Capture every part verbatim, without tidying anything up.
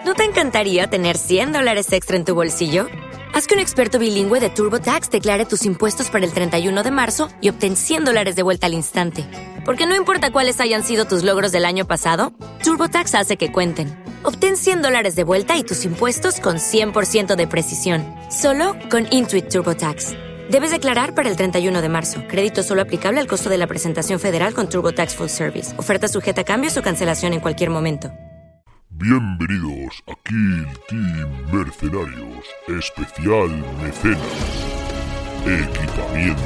¿No te encantaría tener cien dólares extra en tu bolsillo? Haz que un experto bilingüe de TurboTax declare tus impuestos para el treinta y uno de marzo y obtén cien dólares de vuelta al instante. Porque no importa cuáles hayan sido tus logros del año pasado, TurboTax hace que cuenten. Obtén cien dólares de vuelta y tus impuestos con cien por ciento de precisión. Solo con Intuit TurboTax. Debes declarar para el treinta y uno de marzo. Crédito solo aplicable al costo de la presentación federal con TurboTax Full Service. Oferta sujeta a cambios o cancelación en cualquier momento. Bienvenidos a Kill Team Mercenarios, especial Mecenas. Equipamiento.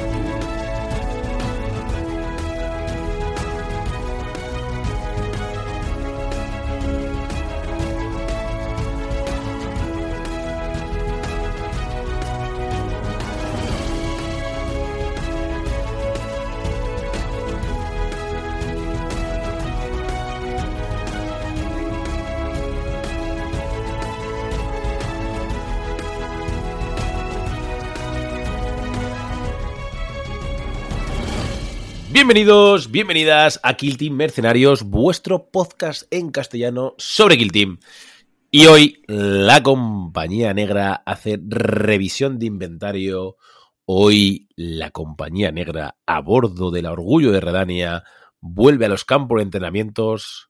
Bienvenidos, bienvenidas a Kill Team Mercenarios, vuestro podcast en castellano sobre Kill Team. Y hoy la Compañía Negra hace revisión de inventario. Hoy la Compañía Negra, a bordo del Orgullo de Redania, vuelve a los campos de entrenamientos.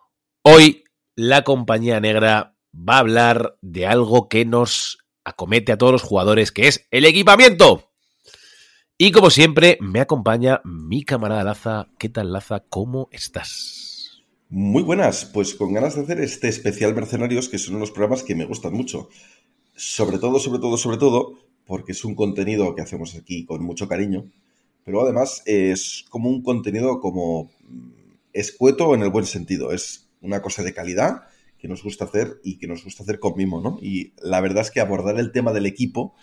Hoy la Compañía Negra va a hablar de algo que nos acomete a todos los jugadores, que es el equipamiento. Y como siempre, me acompaña mi camarada Laza. ¿Qué tal, Laza? ¿Cómo estás? Muy buenas, pues con ganas de hacer este especial Mercenarios, que son unos programas que me gustan mucho. Sobre todo, sobre todo, sobre todo, porque es un contenido que hacemos aquí con mucho cariño, pero además es como un contenido como escueto en el buen sentido. Es una cosa de calidad que nos gusta hacer y que nos gusta hacer con mimo, ¿no? Y la verdad es que abordar el tema del equipo...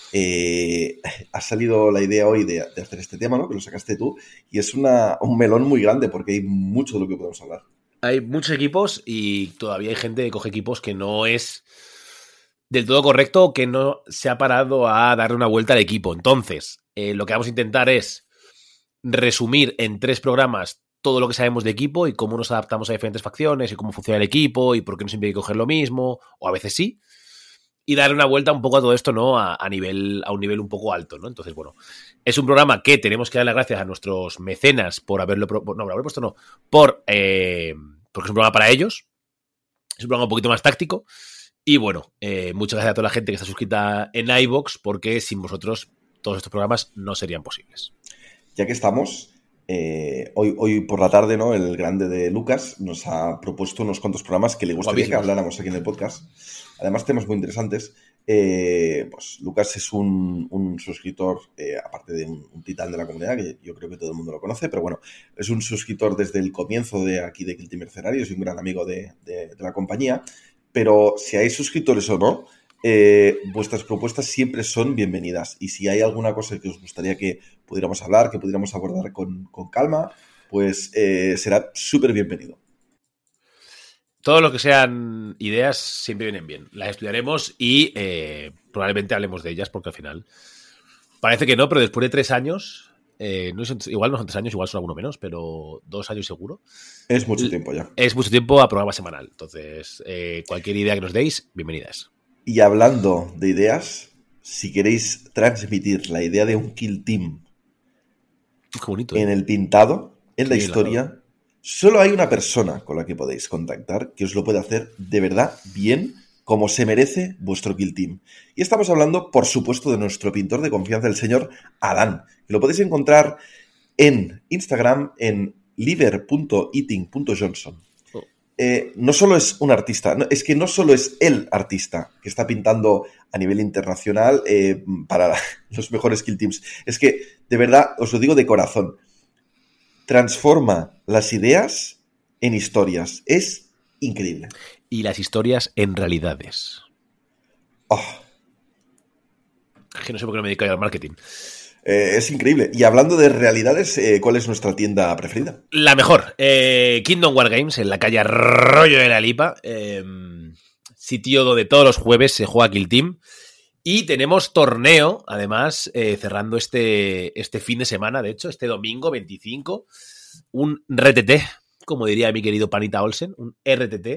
Eh, ha salido la idea hoy de, de hacer este tema, ¿no? Que lo sacaste tú, y es una, un melón muy grande porque hay mucho de lo que podemos hablar. Hay muchos equipos y todavía hay gente que coge equipos que no es del todo correcto, que no se ha parado a darle una vuelta al equipo. Entonces, eh, lo que vamos a intentar es resumir en tres programas todo lo que sabemos de equipo y cómo nos adaptamos a diferentes facciones y cómo funciona el equipo y por qué no siempre hay que coger lo mismo, o a veces sí. Y darle una vuelta un poco a todo esto, ¿no? A, a, nivel, a un nivel un poco alto, ¿no? Entonces, bueno, es un programa que tenemos que dar las gracias a nuestros mecenas por haberlo... No, por haberlo puesto, no. Por, eh, porque es un programa para ellos. Es un programa un poquito más táctico. Y, bueno, eh, muchas gracias a toda la gente que está suscrita en iVoox, porque sin vosotros todos estos programas no serían posibles. Ya que estamos... Eh, hoy, hoy por la tarde, ¿no? El grande de Lucas nos ha propuesto unos cuantos programas que le gustaría Guapísimos. que habláramos aquí en el podcast. Además, temas muy interesantes. Eh, pues Lucas es un, un suscriptor, eh, aparte de un, un titán de la comunidad, que yo creo que todo el mundo lo conoce, pero bueno, es un suscriptor desde el comienzo de aquí de Kill Team Mercenarios y un gran amigo de, de, de la compañía. Pero si hay suscriptores o no, Eh, vuestras propuestas siempre son bienvenidas, y si hay alguna cosa que os gustaría que pudiéramos hablar, que pudiéramos abordar con, con calma, pues eh, será súper bienvenido. Todo lo que sean ideas siempre vienen bien, las estudiaremos y eh, probablemente hablemos de ellas, porque al final parece que no, pero después de tres años, eh, no son, igual no son tres años, igual son alguno menos, pero dos años seguro. Es mucho tiempo ya. Es mucho tiempo a programa semanal, entonces eh, cualquier idea que nos deis, bienvenidas. Y hablando de ideas, si queréis transmitir la idea de un Kill Team Qué bonito, ¿eh? en el pintado, en Qué la historia, la... solo hay una persona con la que podéis contactar que os lo puede hacer de verdad bien, como se merece vuestro Kill Team. Y estamos hablando, por supuesto, de nuestro pintor de confianza, el señor Adán, que lo podéis encontrar en Instagram en liver punto eating punto johnson. Eh, no solo es un artista, no, es que no solo es el artista que está pintando a nivel internacional eh, para los mejores Kill Teams, es que, de verdad, os lo digo de corazón, transforma las ideas en historias. Es increíble. Y las historias en realidades. Oh. Que no sé por qué no me dedico al marketing. Eh, es increíble. Y hablando de realidades, eh, ¿cuál es nuestra tienda preferida? La mejor. Eh, Kingdom War Games, en la calle Arroyo de la Lipa. Eh, sitio donde todos los jueves se juega Kill Team. Y tenemos torneo, además, eh, cerrando este, este fin de semana, de hecho, este domingo veinticinco. Un R T T, como diría mi querido Panita Olsen, un R T T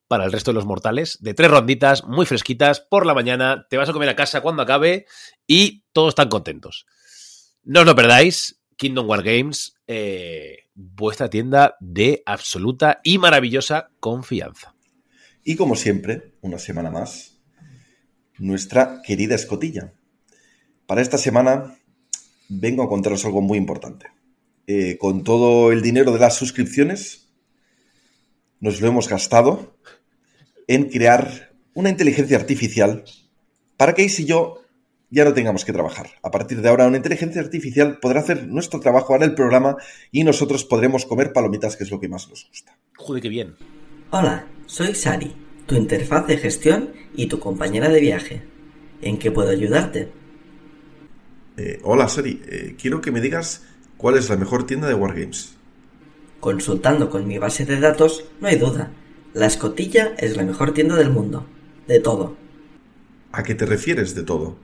para el resto de los mortales, de tres ronditas muy fresquitas por la mañana, te vas a comer a casa cuando acabe y todos están contentos. No os lo perdáis, Kingdom Wargames, eh, vuestra tienda de absoluta y maravillosa confianza. Y como siempre, una semana más, nuestra querida escotilla. Para esta semana vengo a contaros algo muy importante. Eh, con todo el dinero de las suscripciones, nos lo hemos gastado en crear una inteligencia artificial para que Ace y yo ya no tengamos que trabajar. A partir de ahora, una inteligencia artificial podrá hacer nuestro trabajo en el programa y nosotros podremos comer palomitas, que es lo que más nos gusta. Joder, qué bien. Hola, soy Sari, tu interfaz de gestión y tu compañera de viaje. ¿En qué puedo ayudarte? Eh, hola, Sari. Eh, quiero que me digas cuál es la mejor tienda de Wargames. Consultando con mi base de datos, no hay duda. La Escotilla es la mejor tienda del mundo. De todo. ¿A qué te refieres de todo?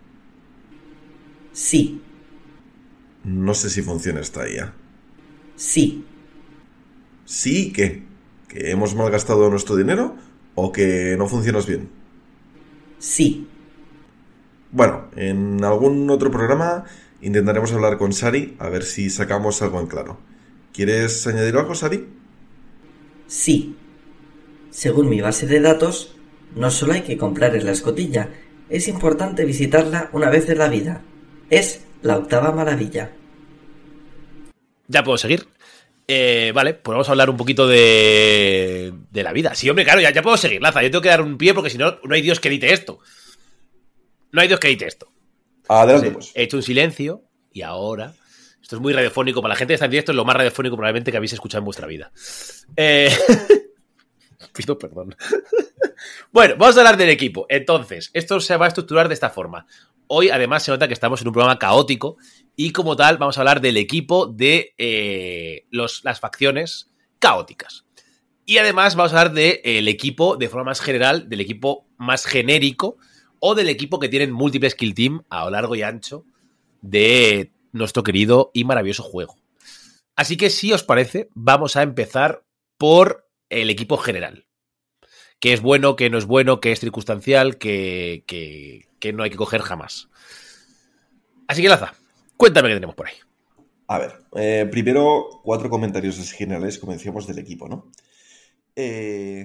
Sí. No sé si funciona esta I A. Sí. ¿Sí qué? ¿Que hemos malgastado nuestro dinero o que no funcionas bien? Sí. Bueno, en algún otro programa intentaremos hablar con Sari a ver si sacamos algo en claro. ¿Quieres añadir algo, Sari? Sí. Según mi base de datos, no solo hay que comprar en la Escotilla, es importante visitarla una vez en la vida. Es la octava maravilla. Ya puedo seguir. Eh, vale, pues vamos a hablar un poquito de, de la vida. Sí, hombre, claro, ya, ya puedo seguir, Laza. Yo tengo que dar un pie porque si no, no hay Dios que edite esto. No hay Dios que edite esto. Adelante, pues. He hecho un silencio y ahora... Esto es muy radiofónico. Para la gente que está en directo es lo más radiofónico probablemente que habéis escuchado en vuestra vida. Eh... Pido perdón. Bueno, vamos a hablar del equipo. Entonces, esto se va a estructurar de esta forma. Hoy, además, se nota que estamos en un programa caótico y, como tal, vamos a hablar del equipo de eh, los, las facciones caóticas. Y, además, vamos a hablar del equipo, de forma más general, del equipo más genérico o del equipo que tienen múltiples kill team a lo largo y ancho de nuestro querido y maravilloso juego. Así que, si os parece, vamos a empezar por el equipo general. Que es bueno, que no es bueno, que es circunstancial, que, que, que no hay que coger jamás. Así que, Laza, cuéntame qué tenemos por ahí. A ver, eh, primero cuatro comentarios generales, como decíamos, del equipo, ¿no? Eh...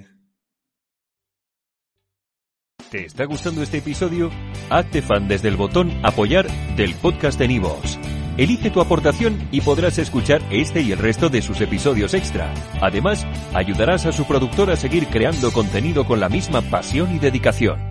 ¿Te está gustando este episodio? Hazte fan desde el botón Apoyar del podcast de Nivos. Elige tu aportación y podrás escuchar este y el resto de sus episodios extra. Además, ayudarás a su productor a seguir creando contenido con la misma pasión y dedicación.